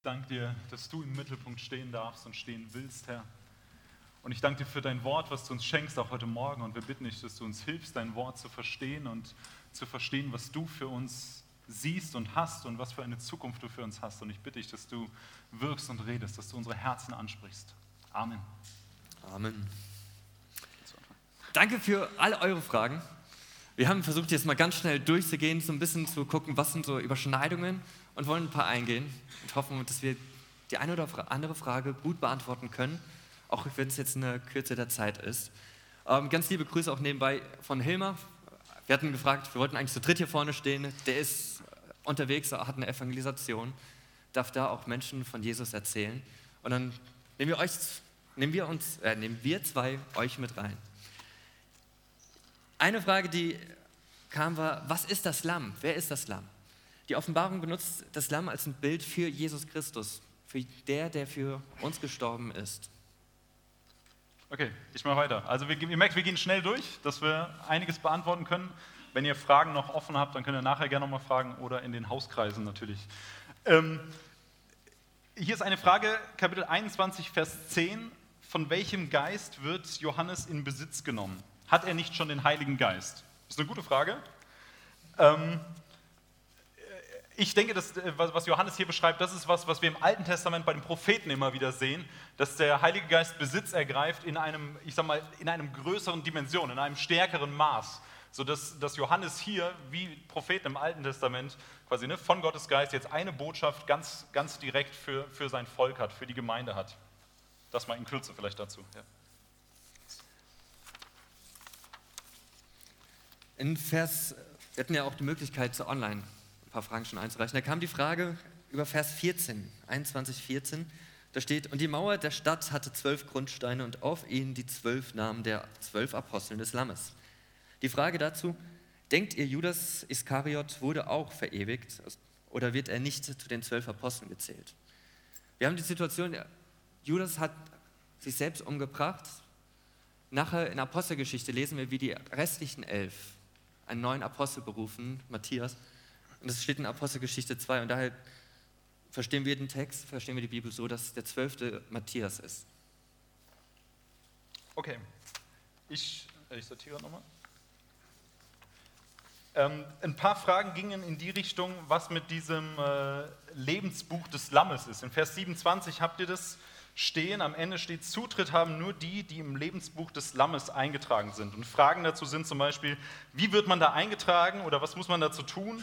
Danke dir, dass du im Mittelpunkt stehen darfst und stehen willst, Herr. Und ich danke dir für dein Wort, was du uns schenkst, auch heute Morgen. Und wir bitten dich, dass du uns hilfst, dein Wort zu verstehen und zu verstehen, was du für uns siehst und hast und was für eine Zukunft du für uns hast. Und ich bitte dich, dass du wirkst und redest, dass du unsere Herzen ansprichst. Amen. Amen. Danke für alle eure Fragen. Wir haben versucht, jetzt mal ganz schnell durchzugehen, so ein bisschen zu gucken, was sind so Überschneidungen und wollen ein paar eingehen und hoffen, dass wir die eine oder andere Frage gut beantworten können, auch wenn es jetzt eine Kürze der Zeit ist. Ganz liebe Grüße auch nebenbei von Hilmar. Wir hatten gefragt, wir wollten eigentlich zu dritt hier vorne stehen. Der ist unterwegs, hat eine Evangelisation, darf da auch Menschen von Jesus erzählen. Und dann nehmen wir zwei euch mit rein. Eine Frage, die kam, war, was ist das Lamm? Wer ist das Lamm? Die Offenbarung benutzt das Lamm als ein Bild für Jesus Christus, für der für uns gestorben ist. Okay, ich mache weiter. Also ihr merkt, wir gehen schnell durch, dass wir einiges beantworten können. Wenn ihr Fragen noch offen habt, dann könnt ihr nachher gerne nochmal fragen oder in den Hauskreisen natürlich. Hier ist eine Frage, Kapitel 21, Vers 10. Von welchem Geist wird Johannes in Besitz genommen? Hat er nicht schon den Heiligen Geist? Das ist eine gute Frage. Ich denke, was Johannes hier beschreibt, das ist was wir im Alten Testament bei den Propheten immer wieder sehen, dass der Heilige Geist Besitz ergreift in einem größeren Dimension, in einem stärkeren Maß, sodass Johannes hier, wie Propheten im Alten Testament, quasi von Gottes Geist jetzt eine Botschaft ganz, ganz direkt für sein Volk hat, für die Gemeinde hat. Das mal in Kürze vielleicht dazu. Ja. Wir hatten ja auch die Möglichkeit, online ein paar Fragen schon einzureichen. Da kam die Frage über Vers 14, 21, 14. Da steht, und die Mauer der Stadt hatte 12 Grundsteine und auf ihnen die 12 Namen der 12 Aposteln des Lammes. Die Frage dazu, denkt ihr, Judas Iskariot wurde auch verewigt oder wird er nicht zu den 12 Aposteln gezählt? Wir haben die Situation, Judas hat sich selbst umgebracht. Nachher in der Apostelgeschichte lesen wir, wie die restlichen 11 einen neuen Apostel berufen, Matthias. Und das steht in Apostelgeschichte 2. Und daher verstehen wir den Text, verstehen wir die Bibel so, dass der 12. Matthias ist. Okay, ich sortiere nochmal. Ein paar Fragen gingen in die Richtung, was mit diesem Lebensbuch des Lammes ist. In Vers 27 habt ihr das stehen, am Ende steht, Zutritt haben nur die im Lebensbuch des Lammes eingetragen sind. Und Fragen dazu sind zum Beispiel, wie wird man da eingetragen oder was muss man dazu tun?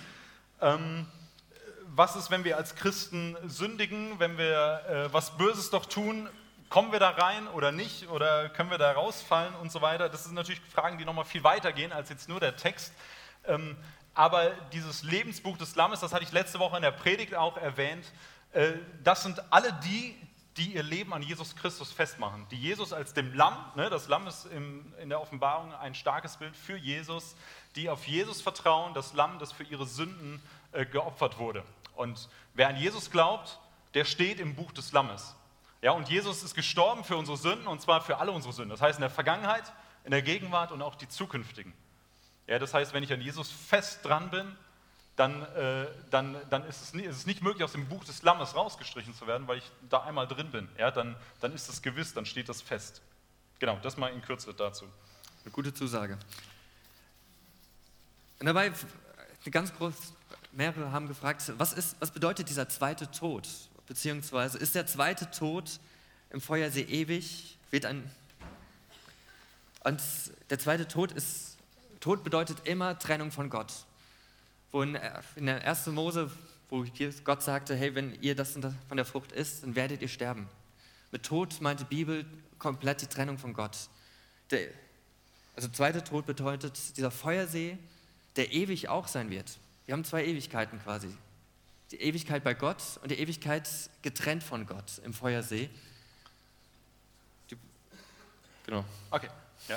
Was ist, wenn wir als Christen sündigen, wenn wir was Böses doch tun, kommen wir da rein oder nicht oder können wir da rausfallen und so weiter? Das sind natürlich Fragen, die nochmal viel weiter gehen als jetzt nur der Text. Aber dieses Lebensbuch des Lammes, das hatte ich letzte Woche in der Predigt auch erwähnt, das sind alle die ihr Leben an Jesus Christus festmachen, die Jesus als dem Lamm, das Lamm ist in der Offenbarung ein starkes Bild für Jesus, die auf Jesus vertrauen, das Lamm, das für ihre Sünden geopfert wurde. Und wer an Jesus glaubt, der steht im Buch des Lammes. Ja, und Jesus ist gestorben für unsere Sünden, und zwar für alle unsere Sünden. Das heißt in der Vergangenheit, in der Gegenwart und auch die zukünftigen. Ja, das heißt, wenn ich an Jesus fest dran bin, dann ist es nicht möglich, aus dem Buch des Lammes rausgestrichen zu werden, weil ich da einmal drin bin. Ja, dann ist es gewiss, dann steht das fest. Genau, das mal in Kürze dazu. Eine gute Zusage. Und dabei, mehrere haben gefragt, was bedeutet dieser zweite Tod? Beziehungsweise, ist der zweite Tod im Feuersee ewig? Und der zweite Tod bedeutet immer Trennung von Gott. Wo in der 1. Mose, wo Gott sagte, hey, wenn ihr das von der Frucht isst, dann werdet ihr sterben. Mit Tod meint die Bibel komplett die Trennung von Gott. Also zweiter Tod bedeutet dieser Feuersee, der ewig auch sein wird. Wir haben 2 Ewigkeiten quasi. Die Ewigkeit bei Gott und die Ewigkeit getrennt von Gott im Feuersee. Genau. Okay, ja.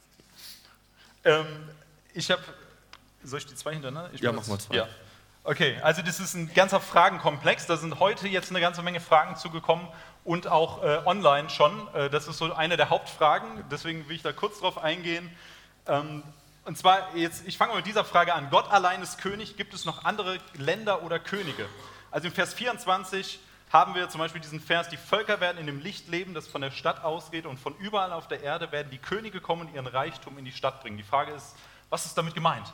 Soll ich die 2 hintereinander? Machen wir 2. Ja. Okay, also das ist ein ganzer Fragenkomplex. Da sind heute jetzt eine ganze Menge Fragen zugekommen und auch online schon. Das ist so eine der Hauptfragen, deswegen will ich da kurz drauf eingehen. Und zwar, ich fange mal mit dieser Frage an. Gott allein ist König, gibt es noch andere Länder oder Könige? Also im Vers 24 haben wir zum Beispiel diesen Vers, die Völker werden in dem Licht leben, das von der Stadt ausgeht, und von überall auf der Erde werden die Könige kommen und ihren Reichtum in die Stadt bringen. Die Frage ist, was ist damit gemeint?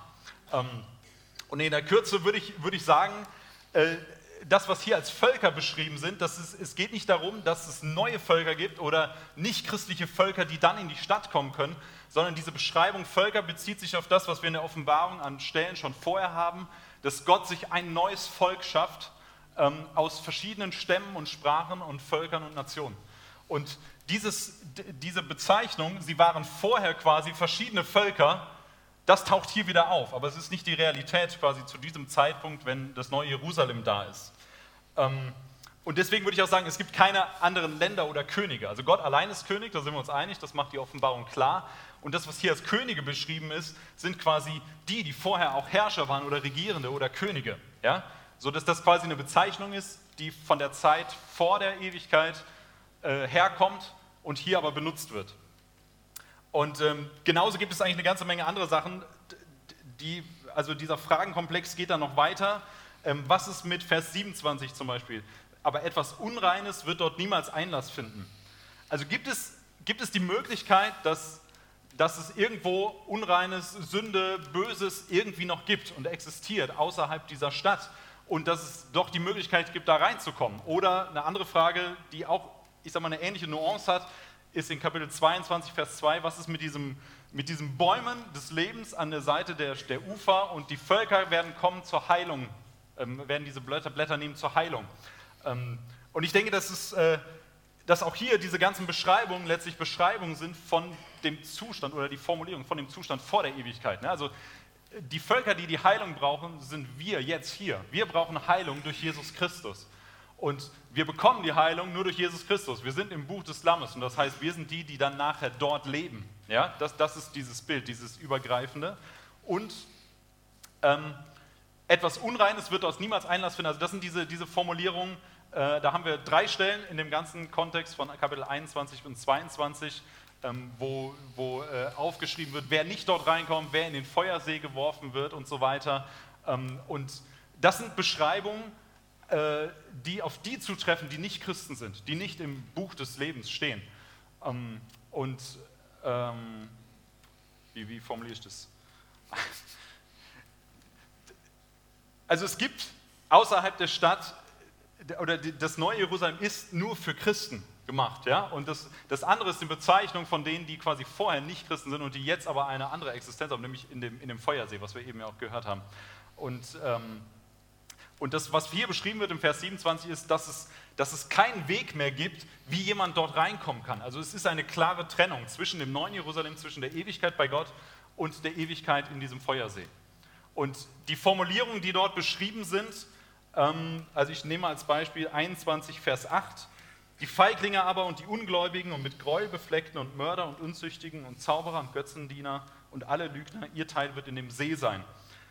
Und in der Kürze würde ich sagen, das, was hier als Völker beschrieben sind, es geht nicht darum, dass es neue Völker gibt oder nicht-christliche Völker, die dann in die Stadt kommen können, sondern diese Beschreibung Völker bezieht sich auf das, was wir in der Offenbarung an Stellen schon vorher haben, dass Gott sich ein neues Volk schafft aus verschiedenen Stämmen und Sprachen und Völkern und Nationen. Und diese Bezeichnung, sie waren vorher quasi verschiedene Völker, das taucht hier wieder auf, aber es ist nicht die Realität quasi zu diesem Zeitpunkt, wenn das neue Jerusalem da ist. Und deswegen würde ich auch sagen, es gibt keine anderen Länder oder Könige. Also Gott allein ist König, da sind wir uns einig, das macht die Offenbarung klar. Und das, was hier als Könige beschrieben ist, sind quasi die vorher auch Herrscher waren oder Regierende oder Könige. Ja? So dass das quasi eine Bezeichnung ist, die von der Zeit vor der Ewigkeit herkommt und hier aber benutzt wird. Und genauso gibt es eigentlich eine ganze Menge andere Sachen, also dieser Fragenkomplex geht dann noch weiter. Was ist mit Vers 27 zum Beispiel? Aber etwas Unreines wird dort niemals Einlass finden. Also gibt es die Möglichkeit, dass es irgendwo Unreines, Sünde, Böses irgendwie noch gibt und existiert außerhalb dieser Stadt und dass es doch die Möglichkeit gibt, da reinzukommen? Oder eine andere Frage, die auch, ich sag mal, eine ähnliche Nuance hat, ist in Kapitel 22, Vers 2, was ist mit diesen Bäumen des Lebens an der Seite der Ufer, und die Völker werden kommen zur Heilung, werden diese Blätter nehmen zur Heilung. Und ich denke, dass auch hier diese ganzen Beschreibungen letztlich Beschreibungen sind von dem Zustand oder die Formulierung von dem Zustand vor der Ewigkeit. Also die Völker, die Heilung brauchen, sind wir jetzt hier. Wir brauchen Heilung durch Jesus Christus. Und wir bekommen die Heilung nur durch Jesus Christus. Wir sind im Buch des Lammes und das heißt, wir sind die dann nachher dort leben. Ja? Das ist dieses Bild, dieses Übergreifende. Und etwas Unreines wird dort niemals Einlass finden. Also das sind diese Formulierungen, da haben wir 3 Stellen in dem ganzen Kontext von Kapitel 21 und 22, wo aufgeschrieben wird, wer nicht dort reinkommt, wer in den Feuersee geworfen wird und so weiter. Und das sind Beschreibungen, die auf die zutreffen, die nicht Christen sind, die nicht im Buch des Lebens stehen. Wie formuliere ich das? Also es gibt außerhalb der Stadt, oder das neue Jerusalem ist nur für Christen gemacht. Ja? Und das andere ist die Bezeichnung von denen, die quasi vorher nicht Christen sind und die jetzt aber eine andere Existenz haben, nämlich in dem Feuersee, was wir eben ja auch gehört haben. Und das, was hier beschrieben wird im Vers 27, ist, dass es keinen Weg mehr gibt, wie jemand dort reinkommen kann. Also es ist eine klare Trennung zwischen dem neuen Jerusalem, zwischen der Ewigkeit bei Gott und der Ewigkeit in diesem Feuersee. Und die Formulierungen, die dort beschrieben sind, also ich nehme als Beispiel 21, Vers 8, die Feiglinge aber und die Ungläubigen und mit Gräuel befleckten und Mörder und Unzüchtigen und Zauberer und Götzendiener und alle Lügner, ihr Teil wird in dem See sein.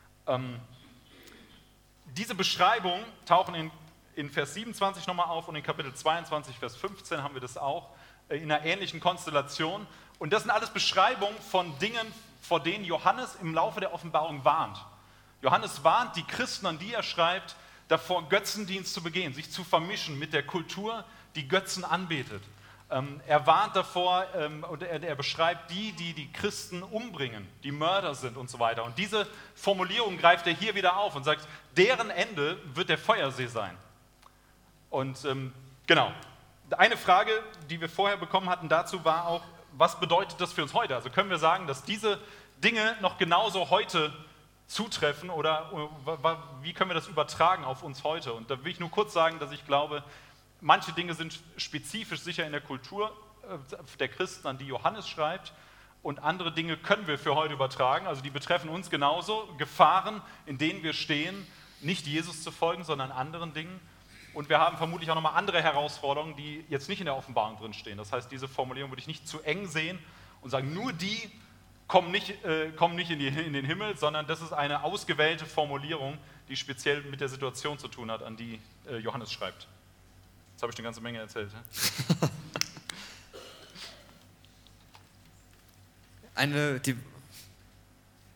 Diese Beschreibungen tauchen in Vers 27 nochmal auf und in Kapitel 22, Vers 15 haben wir das auch in einer ähnlichen Konstellation. Und das sind alles Beschreibungen von Dingen, vor denen Johannes im Laufe der Offenbarung warnt. Johannes warnt die Christen, an die er schreibt, davor Götzendienst zu begehen, sich zu vermischen mit der Kultur, die Götzen anbetet. Er warnt davor und er beschreibt die Christen umbringen, die Mörder sind und so weiter. Und diese Formulierung greift er hier wieder auf und sagt, deren Ende wird der Feuersee sein. Und genau, eine Frage, die wir vorher bekommen hatten dazu, war auch, was bedeutet das für uns heute? Also können wir sagen, dass diese Dinge noch genauso heute zutreffen oder wie können wir das übertragen auf uns heute? Und da will ich nur kurz sagen, dass ich glaube, manche Dinge sind spezifisch sicher in der Kultur der Christen, an die Johannes schreibt, und andere Dinge können wir für heute übertragen, also die betreffen uns genauso, Gefahren, in denen wir stehen, nicht Jesus zu folgen, sondern anderen Dingen. Und wir haben vermutlich auch nochmal andere Herausforderungen, die jetzt nicht in der Offenbarung drin stehen. Das heißt, diese Formulierung würde ich nicht zu eng sehen und sagen, nur die kommen nicht in den Himmel, sondern das ist eine ausgewählte Formulierung, die speziell mit der Situation zu tun hat, an die Johannes schreibt. Jetzt habe ich eine ganze Menge erzählt.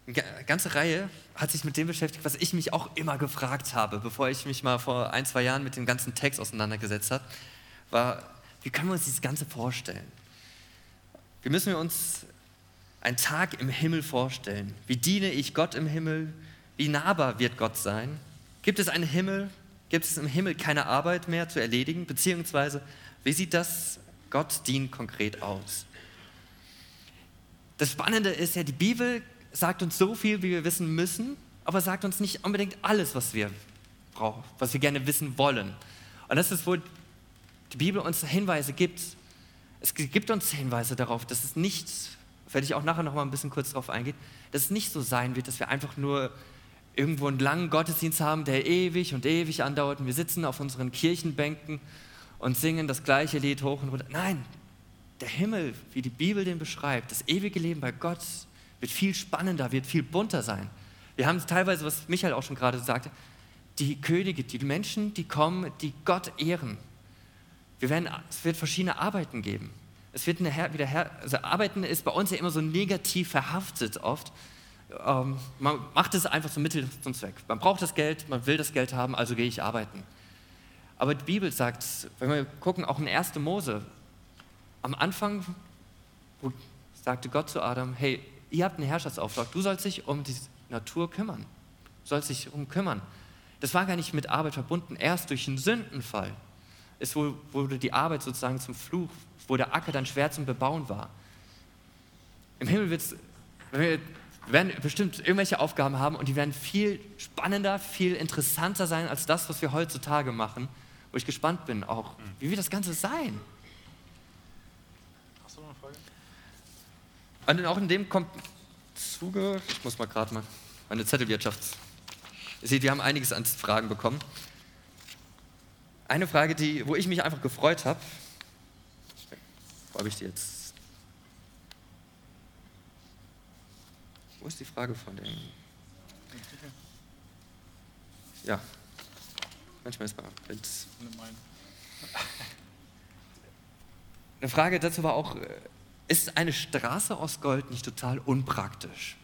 eine ganze Reihe hat sich mit dem beschäftigt, was ich mich auch immer gefragt habe, bevor ich mich mal vor 1, 2 Jahren mit dem ganzen Text auseinandergesetzt habe, war, wie können wir uns das Ganze vorstellen? Wie müssen wir uns einen Tag im Himmel vorstellen? Wie diene ich Gott im Himmel? Wie nahbar wird Gott sein? Gibt es einen Himmel? Gibt es im Himmel keine Arbeit mehr zu erledigen? Beziehungsweise, wie sieht das Gottdienst konkret aus? Das Spannende ist ja, die Bibel sagt uns so viel, wie wir wissen müssen, aber sagt uns nicht unbedingt alles, was wir brauchen, was wir gerne wissen wollen. Und das ist, wo die Bibel uns Hinweise gibt. Es gibt uns Hinweise darauf, dass es nicht, werde ich auch nachher noch mal ein bisschen kurz darauf eingehen, dass es nicht so sein wird, dass wir einfach nur irgendwo einen langen Gottesdienst haben, der ewig und ewig andauert und wir sitzen auf unseren Kirchenbänken und singen das gleiche Lied hoch und runter. Nein, der Himmel, wie die Bibel den beschreibt, das ewige Leben bei Gott wird viel spannender, wird viel bunter sein. Wir haben teilweise, was Michael auch schon gerade sagte, die Könige, die Menschen, die kommen, die Gott ehren. Es wird verschiedene Arbeiten geben. Es wird also Arbeiten ist bei uns ja immer so negativ verhaftet oft. Man macht es einfach zum Mittel zum Zweck. Man braucht das Geld, man will das Geld haben, also gehe ich arbeiten. Aber die Bibel sagt, wenn wir gucken, auch in 1. Mose, am Anfang sagte Gott zu Adam, hey, ihr habt einen Herrschaftsauftrag, du sollst dich um die Natur kümmern. Du sollst dich darum kümmern. Das war gar nicht mit Arbeit verbunden. Erst durch den Sündenfall wurde die Arbeit sozusagen zum Fluch, wo der Acker dann schwer zum Bebauen war. Im Himmel wir werden bestimmt irgendwelche Aufgaben haben und die werden viel spannender, viel interessanter sein als das, was wir heutzutage machen, wo ich gespannt bin auch, wie wird das Ganze sein? Hast du noch eine Frage? Und auch in dem Zuge, ich muss mal gerade mal meine Zettelwirtschaft. Ihr seht, wir haben einiges an Fragen bekommen. Eine Frage, wo ich mich einfach gefreut habe, wo habe ich die jetzt? Wo ist die Frage von dem? Ja, manchmal ist man eine Frage dazu war auch, ist eine Straße aus Gold nicht total unpraktisch?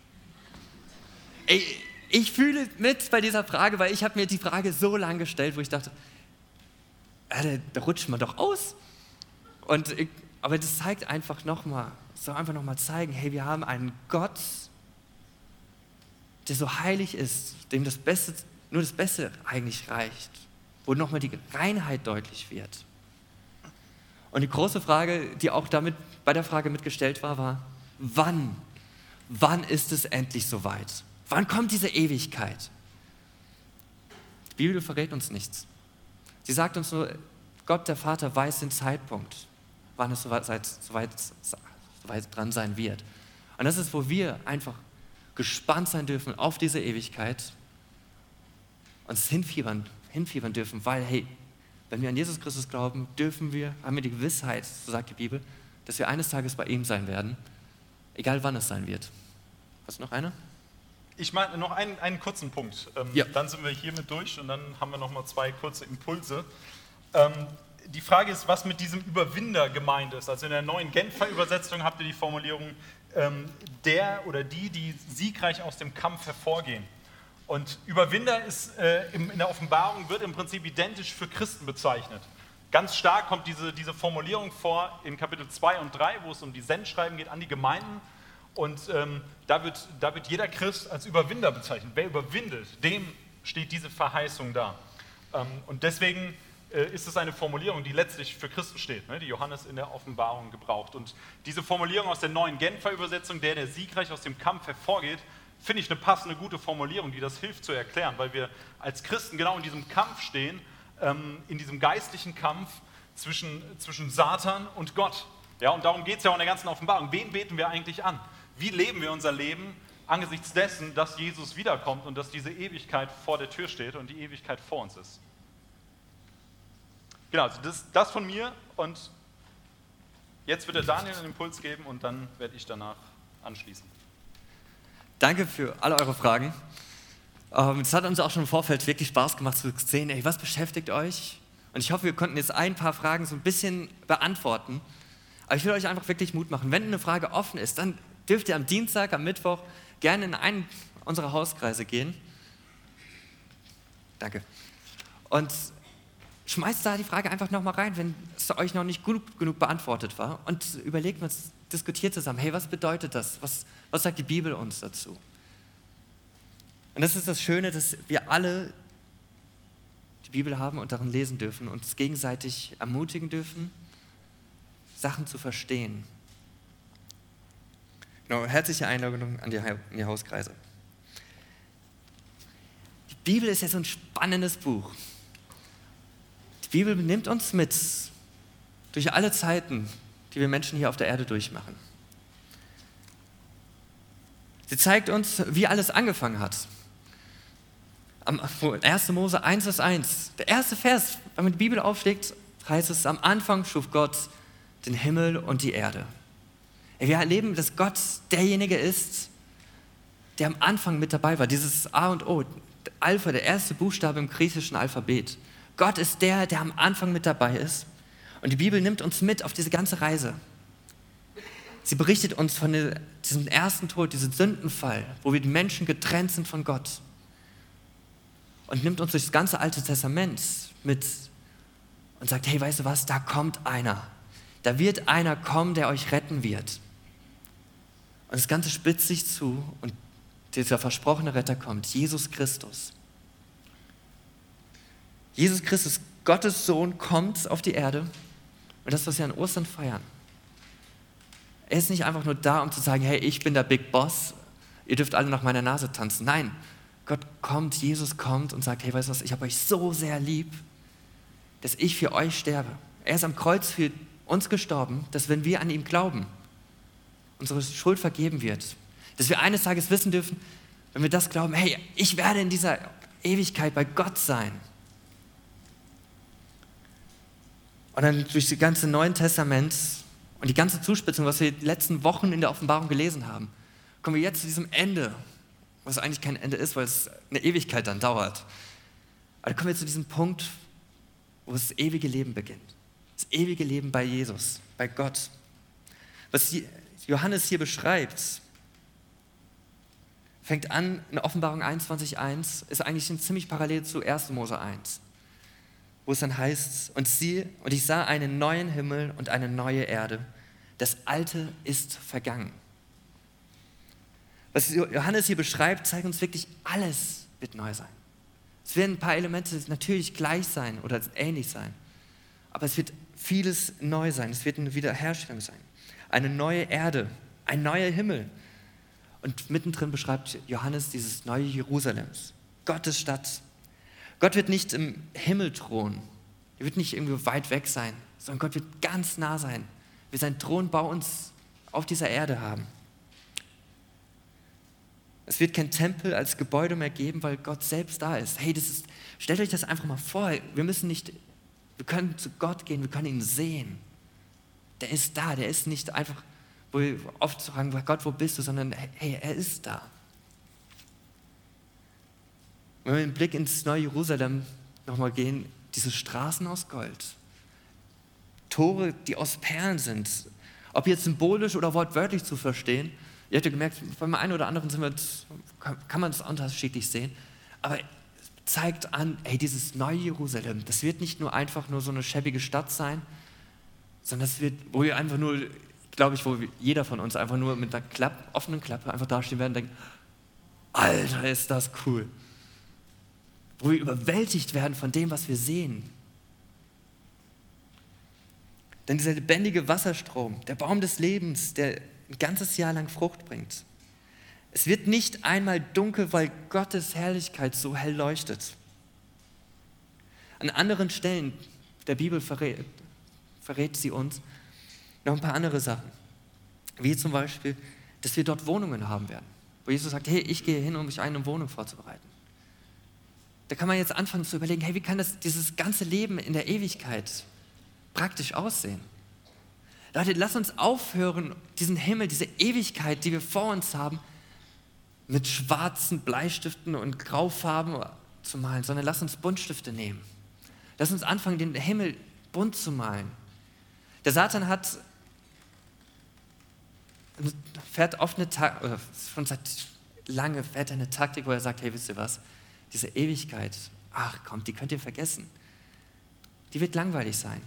Ich fühle mit bei dieser Frage, weil ich habe mir die Frage so lange gestellt, wo ich dachte, da rutscht man doch aus. Aber das zeigt einfach nochmal, soll einfach nochmal zeigen, hey, wir haben einen Gott, der so heilig ist, dem nur das Beste eigentlich reicht, wo nochmal die Reinheit deutlich wird. Und die große Frage, die auch damit bei der Frage mitgestellt war, wann? Wann ist es endlich soweit? Wann kommt diese Ewigkeit? Die Bibel verrät uns nichts. Sie sagt uns nur, Gott, der Vater, weiß den Zeitpunkt, wann es soweit dran sein wird. Und das ist, wo wir einfach gespannt sein dürfen auf diese Ewigkeit, uns hinfiebern dürfen, weil, hey, wenn wir an Jesus Christus glauben, haben wir die Gewissheit, so sagt die Bibel, dass wir eines Tages bei ihm sein werden, egal wann es sein wird. Hast du noch eine? Ich meine noch einen kurzen Punkt. Ja. Dann sind wir hiermit durch und dann haben wir noch mal 2 kurze Impulse. Die Frage ist, was mit diesem Überwinder gemeint ist. Also in der neuen Genfer Übersetzung habt ihr die Formulierung, der oder die siegreich aus dem Kampf hervorgehen. Und Überwinder ist in der Offenbarung wird im Prinzip identisch für Christen bezeichnet. Ganz stark kommt diese Formulierung vor in Kapitel 2 und 3, wo es um die Sendschreiben geht an die Gemeinden. Und da wird jeder Christ als Überwinder bezeichnet. Wer überwindet, dem steht diese Verheißung da. Und deswegen ist es eine Formulierung, die letztlich für Christen steht, die Johannes in der Offenbarung gebraucht. Und diese Formulierung aus der neuen Genfer Übersetzung, der siegreich aus dem Kampf hervorgeht, finde ich eine passende, gute Formulierung, die das hilft zu erklären, weil wir als Christen genau in diesem Kampf stehen, in diesem geistlichen Kampf zwischen Satan und Gott. Ja, und darum geht es ja auch in der ganzen Offenbarung. Wen beten wir eigentlich an? Wie leben wir unser Leben angesichts dessen, dass Jesus wiederkommt und dass diese Ewigkeit vor der Tür steht und die Ewigkeit vor uns ist? Genau, also das von mir und jetzt wird der Daniel einen Impuls geben und dann werde ich danach anschließen. Danke für alle eure Fragen. Es hat uns auch schon im Vorfeld wirklich Spaß gemacht zu sehen, ey, was beschäftigt euch? Und ich hoffe, wir konnten jetzt ein paar Fragen so ein bisschen beantworten. Aber ich will euch einfach wirklich Mut machen. Wenn eine Frage offen ist, dann dürft ihr am Dienstag, am Mittwoch gerne in einen unserer Hauskreise gehen. Danke. Und schmeißt da die Frage einfach nochmal rein, wenn es euch noch nicht gut genug beantwortet war. Und überlegt uns, diskutiert zusammen, hey, was bedeutet das? Was sagt die Bibel uns dazu? Und das ist das Schöne, dass wir alle die Bibel haben und darin lesen dürfen und uns gegenseitig ermutigen dürfen, Sachen zu verstehen. Genau, herzliche Einladung an die Hauskreise. Die Bibel ist ja so ein spannendes Buch. Die Bibel nimmt uns mit durch alle Zeiten, die wir Menschen hier auf der Erde durchmachen. Sie zeigt uns, wie alles angefangen hat. 1. Mose 1,1, der erste Vers, wenn man die Bibel aufschlägt, heißt es, am Anfang schuf Gott den Himmel und die Erde. Wir erleben, dass Gott derjenige ist, der am Anfang mit dabei war. Dieses A und O, Alpha, der erste Buchstabe im griechischen Alphabet. Gott ist der am Anfang mit dabei ist. Und die Bibel nimmt uns mit auf diese ganze Reise. Sie berichtet uns von diesem ersten Tod, diesem Sündenfall, wo wir die Menschen getrennt sind von Gott. Und nimmt uns durch das ganze Alte Testament mit und sagt, hey, weißt du was, da kommt einer. Da wird einer kommen, der euch retten wird. Und das Ganze spitzt sich zu und dieser versprochene Retter kommt, Jesus Christus. Jesus Christus, Gottes Sohn, kommt auf die Erde und das, was wir an Ostern feiern. Er ist nicht einfach nur da, um zu sagen, hey, ich bin der Big Boss, ihr dürft alle nach meiner Nase tanzen. Nein, Gott kommt, Jesus kommt und sagt, hey, weißt du was, ich habe euch so sehr lieb, dass ich für euch sterbe. Er ist am Kreuz für uns gestorben, dass wenn wir an ihm glauben, unsere Schuld vergeben wird. Dass wir eines Tages wissen dürfen, wenn wir das glauben, hey, ich werde in dieser Ewigkeit bei Gott sein. Und dann durch das ganze Neue Testament und die ganze Zuspitzung, was wir die letzten Wochen in der Offenbarung gelesen haben, kommen wir jetzt zu diesem Ende, was eigentlich kein Ende ist, weil es eine Ewigkeit dann dauert. Aber dann kommen wir zu diesem Punkt, wo das ewige Leben beginnt. Das ewige Leben bei Jesus, bei Gott. Was Johannes hier beschreibt, fängt an in Offenbarung 21,1, ist eigentlich ziemlich parallel zu 1. Mose 1, wo es dann heißt, und ich sah einen neuen Himmel und eine neue Erde. Das Alte ist vergangen. Was Johannes hier beschreibt, zeigt uns wirklich, alles wird neu sein. Es werden ein paar Elemente natürlich gleich sein oder ähnlich sein, aber es wird vieles neu sein. Es wird eine Wiederherstellung sein. Eine neue Erde, ein neuer Himmel. Und mittendrin beschreibt Johannes dieses neue Jerusalems, Gottes Stadt. Gott wird nicht im Himmel thronen. Er wird nicht irgendwie weit weg sein, sondern Gott wird ganz nah sein. Wir seinen Thron bei uns auf dieser Erde haben. Es wird kein Tempel als Gebäude mehr geben, weil Gott selbst da ist. Hey, stellt euch das einfach mal vor. Wir können zu Gott gehen, wir können ihn sehen. Der ist da, der ist nicht einfach, wo wir oft fragen, Gott, wo bist du, sondern hey, er ist da. Wenn wir den Blick ins neue Jerusalem nochmal gehen, diese Straßen aus Gold, Tore, die aus Perlen sind, ob jetzt symbolisch oder wortwörtlich zu verstehen, ihr habt ja gemerkt, beim einen oder anderen kann man das unterschiedlich sehen, aber es zeigt an, hey, dieses neue Jerusalem, das wird nicht nur einfach nur so eine schäbige Stadt sein, sondern das wird, wo wir einfach nur, glaube ich, wo jeder von uns einfach nur mit einer offenen Klappe einfach dastehen werden und denken, Alter, ist das cool. Wo wir überwältigt werden von dem, was wir sehen. Denn dieser lebendige Wasserstrom, der Baum des Lebens, der ein ganzes Jahr lang Frucht bringt. Es wird nicht einmal dunkel, weil Gottes Herrlichkeit so hell leuchtet. An anderen Stellen der Bibel verrät sie uns noch ein paar andere Sachen. Wie zum Beispiel, dass wir dort Wohnungen haben werden. Wo Jesus sagt, hey, ich gehe hin, um mich eine Wohnung vorzubereiten. Da kann man jetzt anfangen zu überlegen, hey, wie kann dieses ganze Leben in der Ewigkeit praktisch aussehen? Leute, lasst uns aufhören, diesen Himmel, diese Ewigkeit, die wir vor uns haben, mit schwarzen Bleistiften und Graufarben zu malen, sondern lasst uns Buntstifte nehmen. Lasst uns anfangen, den Himmel bunt zu malen. Der Satan fährt oft schon seit lange fährt er eine Taktik, wo er sagt, hey, wisst ihr was, diese Ewigkeit, ach komm, die könnt ihr vergessen. Die wird langweilig sein.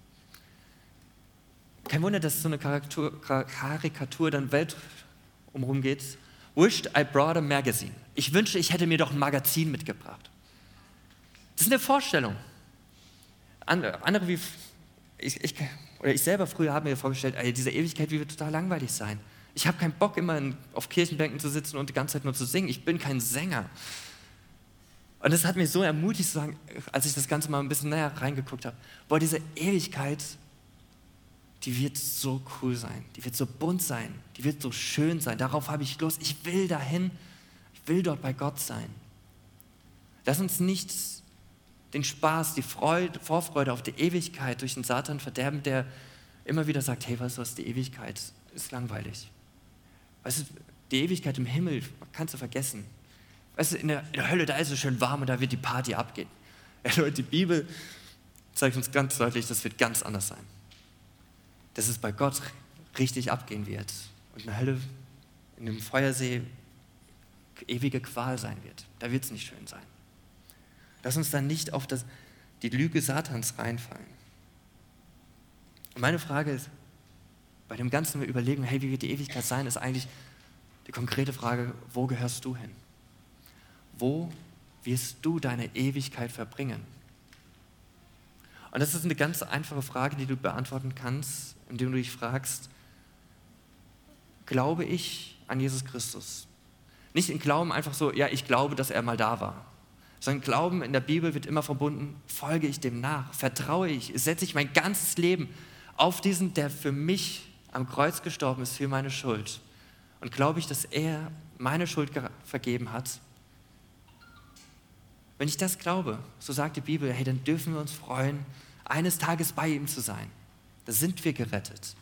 Kein Wunder, dass so eine Karikatur dann weltumrum geht. Wished I brought a magazine. Ich wünschte, ich hätte mir doch ein Magazin mitgebracht. Das ist eine Vorstellung. Andere wie ich selber früher habe mir vorgestellt, diese Ewigkeit, wie wird total langweilig sein. Ich habe keinen Bock, immer auf Kirchenbänken zu sitzen und die ganze Zeit nur zu singen. Ich bin kein Sänger. Und das hat mich so ermutigt zu sagen, als ich das Ganze mal ein bisschen näher reingeguckt habe, boah, diese Ewigkeit, die wird so cool sein, die wird so bunt sein, die wird so schön sein. Darauf habe ich Lust. Ich will dahin, ich will dort bei Gott sein. Lass uns nicht den Spaß, die Freude, Vorfreude auf die Ewigkeit durch den Satan verderben, der immer wieder sagt, hey, weißt du was, die Ewigkeit ist langweilig. Weißt du, die Ewigkeit im Himmel kannst du vergessen. Weißt du, in der Hölle, da ist es schön warm und da wird die Party abgehen. Ja, Leute, die Bibel zeigt uns ganz deutlich, das wird ganz anders sein. Dass es bei Gott richtig abgehen wird und in der Hölle, in dem Feuersee ewige Qual sein wird. Da wird es nicht schön sein. Lass uns dann nicht auf die Lüge Satans reinfallen. Und meine Frage ist, bei dem ganzen Überlegen, hey, wie wird die Ewigkeit sein, ist eigentlich die konkrete Frage, wo gehörst du hin? Wo wirst du deine Ewigkeit verbringen? Und das ist eine ganz einfache Frage, die du beantworten kannst, indem du dich fragst, glaube ich an Jesus Christus? Nicht in Glauben einfach so, ja, ich glaube, dass er mal da war. Sondern Glauben in der Bibel wird immer verbunden, folge ich dem nach, vertraue ich, setze ich mein ganzes Leben auf diesen, der für mich am Kreuz gestorben ist, für meine Schuld. Und glaube ich, dass er meine Schuld vergeben hat. Wenn ich das glaube, so sagt die Bibel, hey, dann dürfen wir uns freuen, eines Tages bei ihm zu sein. Da sind wir gerettet.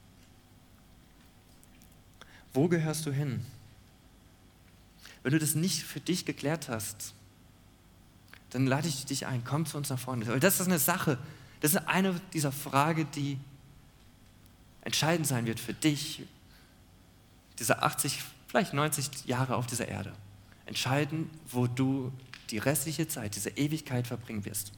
Wo gehörst du hin? Wenn du das nicht für dich geklärt hast, dann lade ich dich ein, komm zu uns nach vorne. Weil das ist eine Sache, das ist eine dieser Fragen, die entscheidend sein wird für dich, diese 80, vielleicht 90 Jahre auf dieser Erde. Entscheiden, wo du die restliche Zeit, diese Ewigkeit verbringen wirst.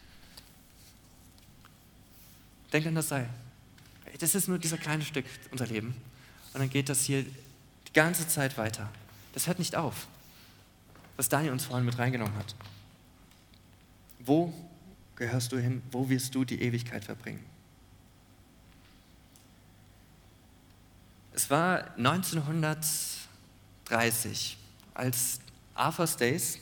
Denk an das Seil. Das ist nur dieser kleine Stück, unser Leben. Und dann geht das hier die ganze Zeit weiter. Das hört nicht auf, was Daniel uns vorhin mit reingenommen hat. Wo gehörst du hin? Wo wirst du die Ewigkeit verbringen? Es war 1930, als Arthur Stace,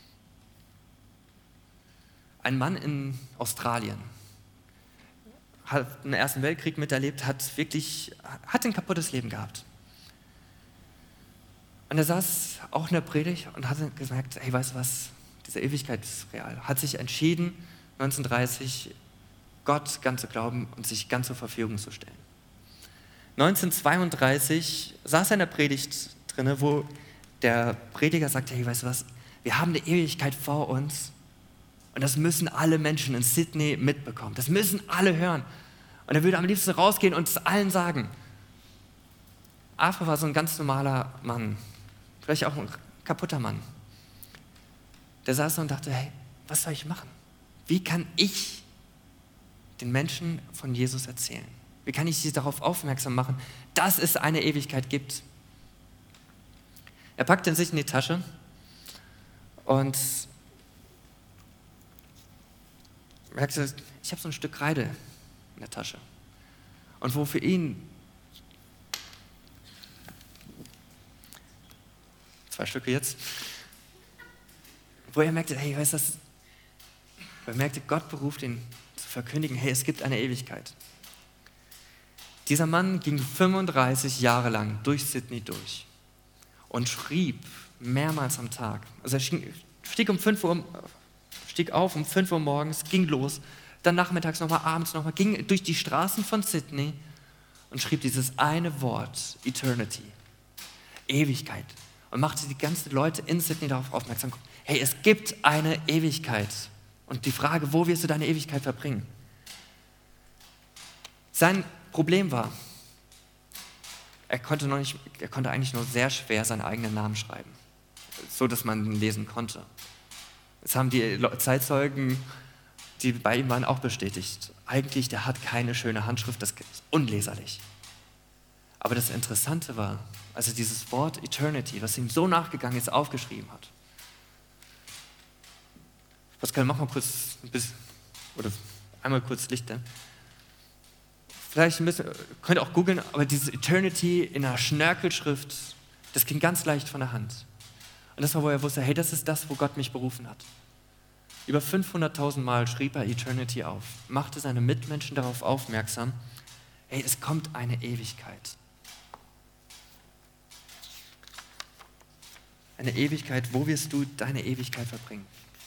ein Mann in Australien, hat den Ersten Weltkrieg miterlebt, hat ein kaputtes Leben gehabt. Und er saß auch in der Predigt und hat gesagt, hey, weißt du was, diese Ewigkeit ist real. Hat sich entschieden, 1930 Gott ganz zu glauben und sich ganz zur Verfügung zu stellen. 1932 saß er in der Predigt drin, wo der Prediger sagte, hey, weißt du was, wir haben eine Ewigkeit vor uns und das müssen alle Menschen in Sydney mitbekommen. Das müssen alle hören. Und er würde am liebsten rausgehen und es allen sagen. Arthur war so ein ganz normaler Mann, vielleicht auch ein kaputter Mann. Der saß und dachte, hey, was soll ich machen? Wie kann ich den Menschen von Jesus erzählen? Wie kann ich sie darauf aufmerksam machen, dass es eine Ewigkeit gibt? Er packte sich in die Tasche und merkte, ich habe so ein Stück Kreide in der Tasche. Und wo für ihn 2 Stücke jetzt, wo er merkte, hey, weißt du, er merkte, Gott beruft ihn zu verkündigen, hey, es gibt eine Ewigkeit. Dieser Mann ging 35 Jahre lang durch Sydney durch und schrieb mehrmals am Tag. Also er stieg auf um 5 Uhr morgens, ging los, dann nachmittags nochmal, abends nochmal, ging durch die Straßen von Sydney und schrieb dieses eine Wort, Eternity, Ewigkeit. Und machte die ganzen Leute in Sydney darauf aufmerksam, hey, es gibt eine Ewigkeit. Und die Frage, wo wirst du deine Ewigkeit verbringen? Sein Problem war, Er konnte eigentlich nur sehr schwer seinen eigenen Namen schreiben, so dass man ihn lesen konnte. Das haben die Zeitzeugen, die bei ihm waren, auch bestätigt. Eigentlich, der hat keine schöne Handschrift, das ist unleserlich. Aber das Interessante war, als er dieses Wort Eternity, was ihm so nachgegangen ist, aufgeschrieben hat. Pascal, mach mal kurz einmal kurz Licht an. Vielleicht könnt ihr auch googeln, aber dieses Eternity in einer Schnörkelschrift, das ging ganz leicht von der Hand. Und das war, wo er wusste, hey, das ist das, wo Gott mich berufen hat. Über 500.000 Mal schrieb er Eternity auf, machte seine Mitmenschen darauf aufmerksam, hey, es kommt eine Ewigkeit. Eine Ewigkeit, wo wirst du deine Ewigkeit verbringen?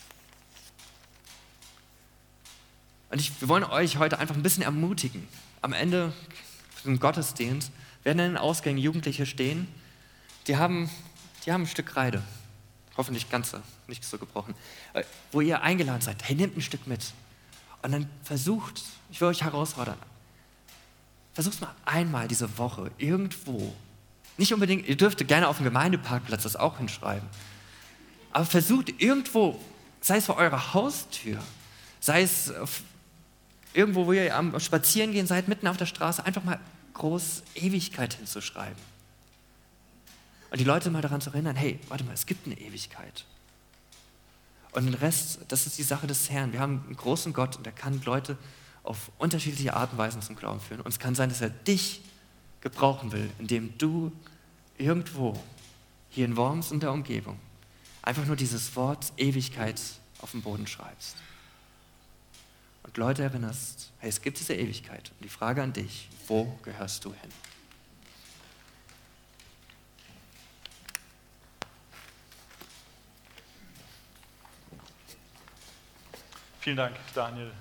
Und wir wollen euch heute einfach ein bisschen ermutigen. Am Ende im Gottesdienst werden in den Ausgängen Jugendliche stehen, die haben ein Stück Kreide, hoffentlich ganze, nicht so gebrochen, wo ihr eingeladen seid, hey, nehmt ein Stück mit. Und dann ich will euch herausfordern, versucht mal einmal diese Woche irgendwo, nicht unbedingt, ihr dürft gerne auf dem Gemeindeparkplatz das auch hinschreiben, aber versucht irgendwo, sei es vor eurer Haustür, sei es irgendwo, wo ihr am Spazierengehen seid, mitten auf der Straße, einfach mal groß Ewigkeit hinzuschreiben. Und die Leute mal daran zu erinnern, hey, warte mal, es gibt eine Ewigkeit. Und den Rest, das ist die Sache des Herrn. Wir haben einen großen Gott und er kann Leute auf unterschiedliche Arten und Weisen zum Glauben führen. Und es kann sein, dass er dich gebrauchen will, indem du irgendwo hier in Worms und der Umgebung einfach nur dieses Wort Ewigkeit auf den Boden schreibst. Und Leute erinnerst, hey, es gibt diese Ewigkeit. Und die Frage an dich, wo gehörst du hin? Vielen Dank, Daniel.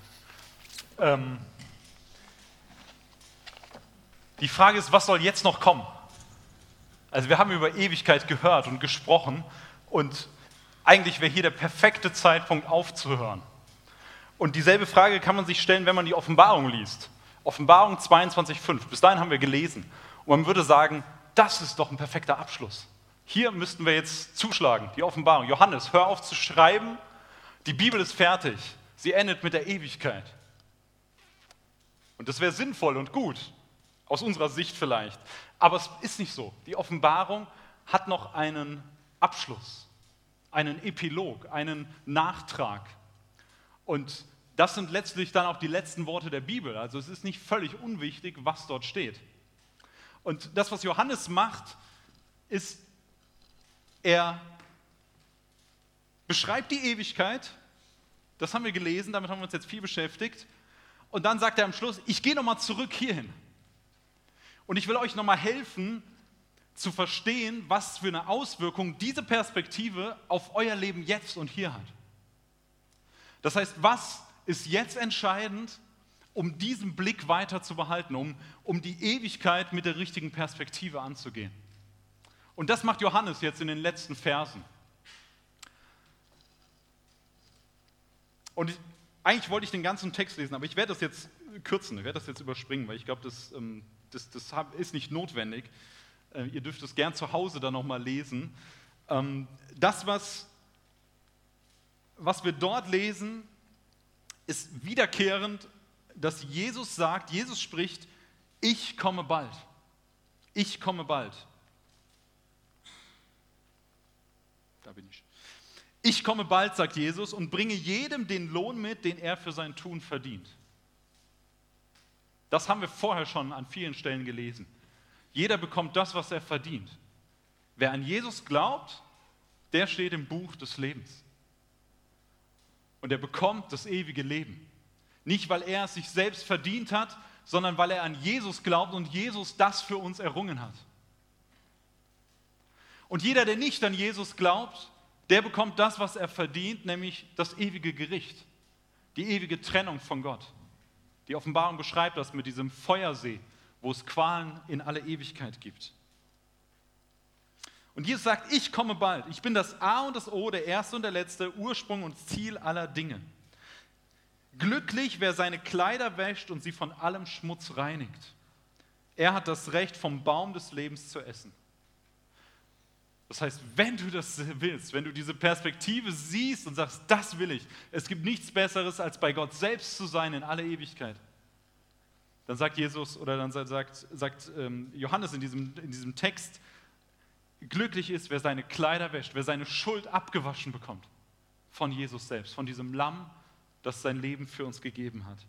Die Frage ist, was soll jetzt noch kommen? Also wir haben über Ewigkeit gehört und gesprochen und eigentlich wäre hier der perfekte Zeitpunkt aufzuhören. Und dieselbe Frage kann man sich stellen, wenn man die Offenbarung liest. Offenbarung 22,5, bis dahin haben wir gelesen. Und man würde sagen, das ist doch ein perfekter Abschluss. Hier müssten wir jetzt zuschlagen, die Offenbarung. Johannes, hör auf zu schreiben, die Bibel ist fertig. Sie endet mit der Ewigkeit. Und das wäre sinnvoll und gut, aus unserer Sicht vielleicht. Aber es ist nicht so. Die Offenbarung hat noch einen Abschluss, einen Epilog, einen Nachtrag. Und das sind letztlich dann auch die letzten Worte der Bibel. Also es ist nicht völlig unwichtig, was dort steht. Und das, was Johannes macht, ist, er beschreibt die Ewigkeit. Das haben wir gelesen, damit haben wir uns jetzt viel beschäftigt. Und dann sagt er am Schluss, ich gehe nochmal zurück hierhin. Und ich will euch nochmal helfen, zu verstehen, was für eine Auswirkung diese Perspektive auf euer Leben jetzt und hier hat. Das heißt, was ist jetzt entscheidend, um diesen Blick weiter zu behalten, um die Ewigkeit mit der richtigen Perspektive anzugehen? Und das macht Johannes jetzt in den letzten Versen. Und eigentlich wollte ich den ganzen Text lesen, aber ich werde das jetzt kürzen, ich werde das jetzt überspringen, weil ich glaube, das ist nicht notwendig. Ihr dürft es gern zu Hause dann nochmal lesen. Das, was wir dort lesen, ist wiederkehrend, dass Jesus sagt, Jesus spricht, ich komme bald. Ich komme bald. Da bin ich. Ich komme bald, sagt Jesus, und bringe jedem den Lohn mit, den er für sein Tun verdient. Das haben wir vorher schon an vielen Stellen gelesen. Jeder bekommt das, was er verdient. Wer an Jesus glaubt, der steht im Buch des Lebens. Und er bekommt das ewige Leben. Nicht, weil er es sich selbst verdient hat, sondern weil er an Jesus glaubt und Jesus das für uns errungen hat. Und jeder, der nicht an Jesus glaubt, der bekommt das, was er verdient, nämlich das ewige Gericht, die ewige Trennung von Gott. Die Offenbarung beschreibt das mit diesem Feuersee, wo es Qualen in alle Ewigkeit gibt. Und Jesus sagt, ich komme bald. Ich bin das A und das O, der Erste und der Letzte, Ursprung und Ziel aller Dinge. Glücklich, wer seine Kleider wäscht und sie von allem Schmutz reinigt. er hat das Recht, vom Baum des Lebens zu essen. Das heißt, wenn du das willst, wenn du diese Perspektive siehst und sagst, das will ich, es gibt nichts Besseres, als bei Gott selbst zu sein in alle Ewigkeit, dann sagt Jesus oder dann sagt Johannes in diesem Text, glücklich ist, wer seine Kleider wäscht, wer seine Schuld abgewaschen bekommt von Jesus selbst, von diesem Lamm, das sein Leben für uns gegeben hat.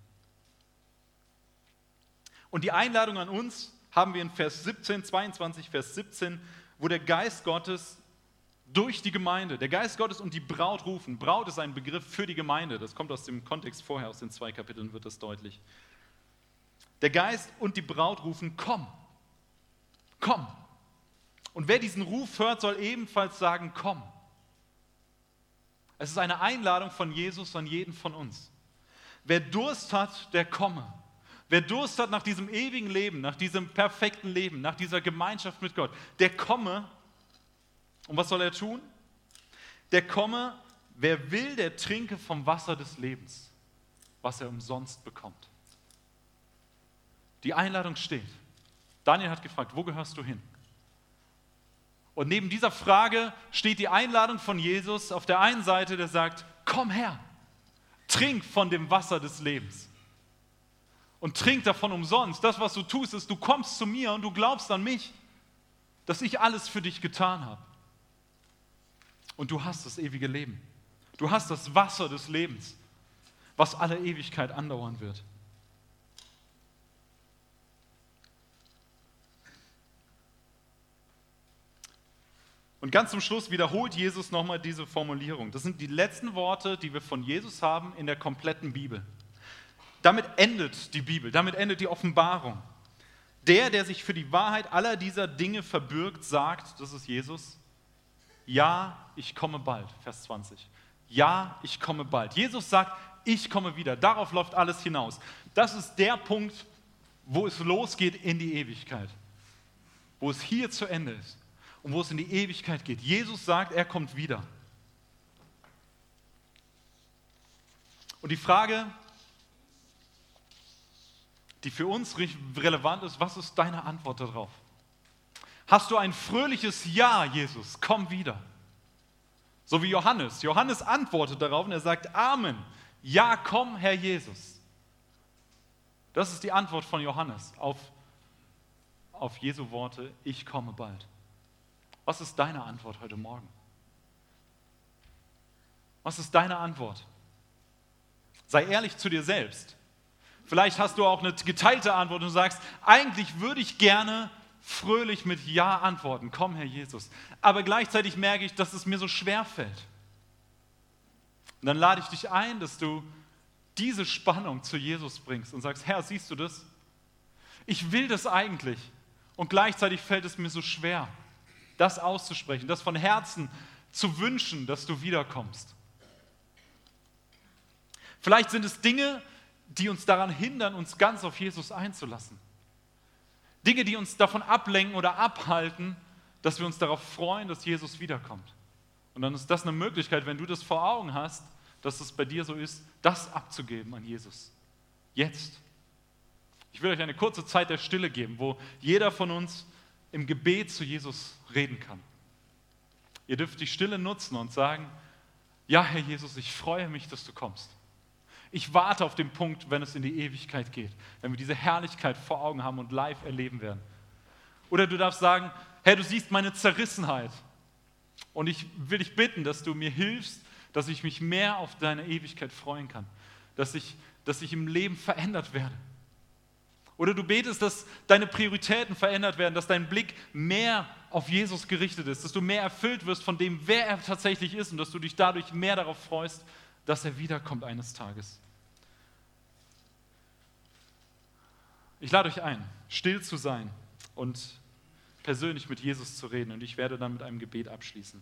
Und die Einladung an uns haben wir in Vers 17, 22, Vers 17, wo der Geist Gottes durch die Gemeinde, der Geist Gottes und die Braut rufen. Braut ist ein Begriff für die Gemeinde, das kommt aus dem Kontext vorher, aus den 2 Kapiteln wird das deutlich. Der Geist und die Braut rufen, komm, komm. Und wer diesen Ruf hört, soll ebenfalls sagen, komm. Es ist eine Einladung von Jesus an jeden von uns. Wer Durst hat, der komme. Wer Durst hat nach diesem ewigen Leben, nach diesem perfekten Leben, nach dieser Gemeinschaft mit Gott, der komme. Und was soll er tun? Der komme, wer will, der trinke vom Wasser des Lebens, was er umsonst bekommt. Die Einladung steht. Daniel hat gefragt, wo gehörst du hin? Und neben dieser Frage steht die Einladung von Jesus auf der einen Seite, der sagt, komm her, trink von dem Wasser des Lebens. Und trink davon umsonst. Das, was du tust, ist, du kommst zu mir und du glaubst an mich, dass ich alles für dich getan habe. Und du hast das ewige Leben. Du hast das Wasser des Lebens, was alle Ewigkeit andauern wird. Und ganz zum Schluss wiederholt Jesus nochmal diese Formulierung. Das sind die letzten Worte, die wir von Jesus haben in der kompletten Bibel. Damit endet die Bibel, damit endet die Offenbarung. Der sich für die Wahrheit aller dieser Dinge verbürgt, sagt, das ist Jesus, ja, ich komme bald, Vers 20. Ja, ich komme bald. Jesus sagt, ich komme wieder. Darauf läuft alles hinaus. Das ist der Punkt, wo es losgeht in die Ewigkeit. Wo es hier zu Ende ist und wo es in die Ewigkeit geht. Jesus sagt, er kommt wieder. Und die Frage, die für uns relevant ist, was ist deine Antwort darauf? Hast du ein fröhliches Ja, Jesus, komm wieder? So wie Johannes. Johannes antwortet darauf und er sagt, Amen, ja, komm, Herr Jesus. Das ist die Antwort von Johannes auf Jesu Worte, ich komme bald. Was ist deine Antwort heute Morgen? Was ist deine Antwort? Sei ehrlich zu dir selbst. Vielleicht hast du auch eine geteilte Antwort und sagst, eigentlich würde ich gerne fröhlich mit Ja antworten. Komm, Herr Jesus. Aber gleichzeitig merke ich, dass es mir so schwer fällt. Und dann lade ich dich ein, dass du diese Spannung zu Jesus bringst und sagst, Herr, siehst du das? Ich will das eigentlich. Und gleichzeitig fällt es mir so schwer, das auszusprechen, das von Herzen zu wünschen, dass du wiederkommst. Vielleicht sind es Dinge, die uns daran hindern, uns ganz auf Jesus einzulassen. Dinge, die uns davon ablenken oder abhalten, dass wir uns darauf freuen, dass Jesus wiederkommt. Und dann ist das eine Möglichkeit, wenn du das vor Augen hast, dass es bei dir so ist, das abzugeben an Jesus. Jetzt. Ich will euch eine kurze Zeit der Stille geben, wo jeder von uns im Gebet zu Jesus reden kann. Ihr dürft die Stille nutzen und sagen, ja, Herr Jesus, ich freue mich, dass du kommst. Ich warte auf den Punkt, wenn es in die Ewigkeit geht, wenn wir diese Herrlichkeit vor Augen haben und live erleben werden. Oder du darfst sagen, Herr, du siehst meine Zerrissenheit und ich will dich bitten, dass du mir hilfst, dass ich mich mehr auf deine Ewigkeit freuen kann, dass ich im Leben verändert werde. Oder du betest, dass deine Prioritäten verändert werden, dass dein Blick mehr auf Jesus gerichtet ist, dass du mehr erfüllt wirst von dem, wer er tatsächlich ist und dass du dich dadurch mehr darauf freust, dass er wiederkommt eines Tages. Ich lade euch ein, still zu sein und persönlich mit Jesus zu reden. Und ich werde dann mit einem Gebet abschließen.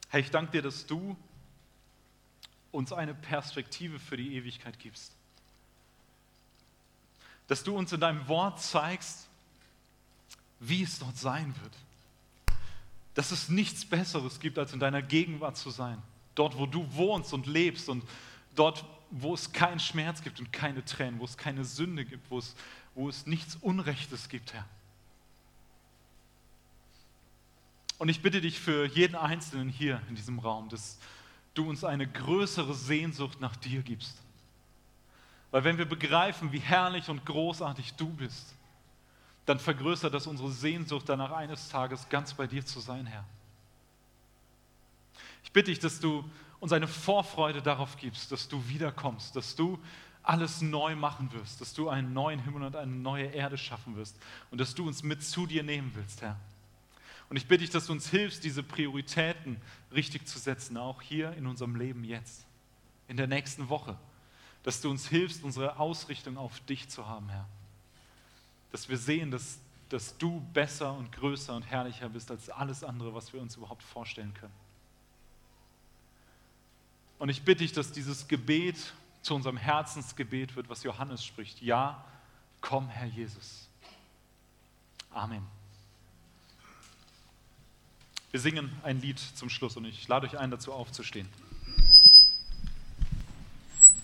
Herr, ich danke dir, dass du uns eine Perspektive für die Ewigkeit gibst. Dass du uns in deinem Wort zeigst, wie es dort sein wird. Dass es nichts Besseres gibt, als in deiner Gegenwart zu sein. Dort, wo du wohnst und lebst und dort, wo es keinen Schmerz gibt und keine Tränen, wo es keine Sünde gibt, wo es nichts Unrechtes gibt, Herr. Und ich bitte dich für jeden Einzelnen hier in diesem Raum, dass du uns eine größere Sehnsucht nach dir gibst. Weil wenn wir begreifen, wie herrlich und großartig du bist, dann vergrößert das unsere Sehnsucht danach, eines Tages ganz bei dir zu sein, Herr. Ich bitte dich, dass du uns eine Vorfreude darauf gibst, dass du wiederkommst, dass du alles neu machen wirst, dass du einen neuen Himmel und eine neue Erde schaffen wirst und dass du uns mit zu dir nehmen willst, Herr. Und ich bitte dich, dass du uns hilfst, diese Prioritäten richtig zu setzen, auch hier in unserem Leben jetzt, in der nächsten Woche. Dass du uns hilfst, unsere Ausrichtung auf dich zu haben, Herr. Dass wir sehen, dass du besser und größer und herrlicher bist als alles andere, was wir uns überhaupt vorstellen können. Und ich bitte dich, dass dieses Gebet zu unserem Herzensgebet wird, was Johannes spricht. Ja, komm, Herr Jesus. Amen. Wir singen ein Lied zum Schluss und ich lade euch ein, dazu aufzustehen.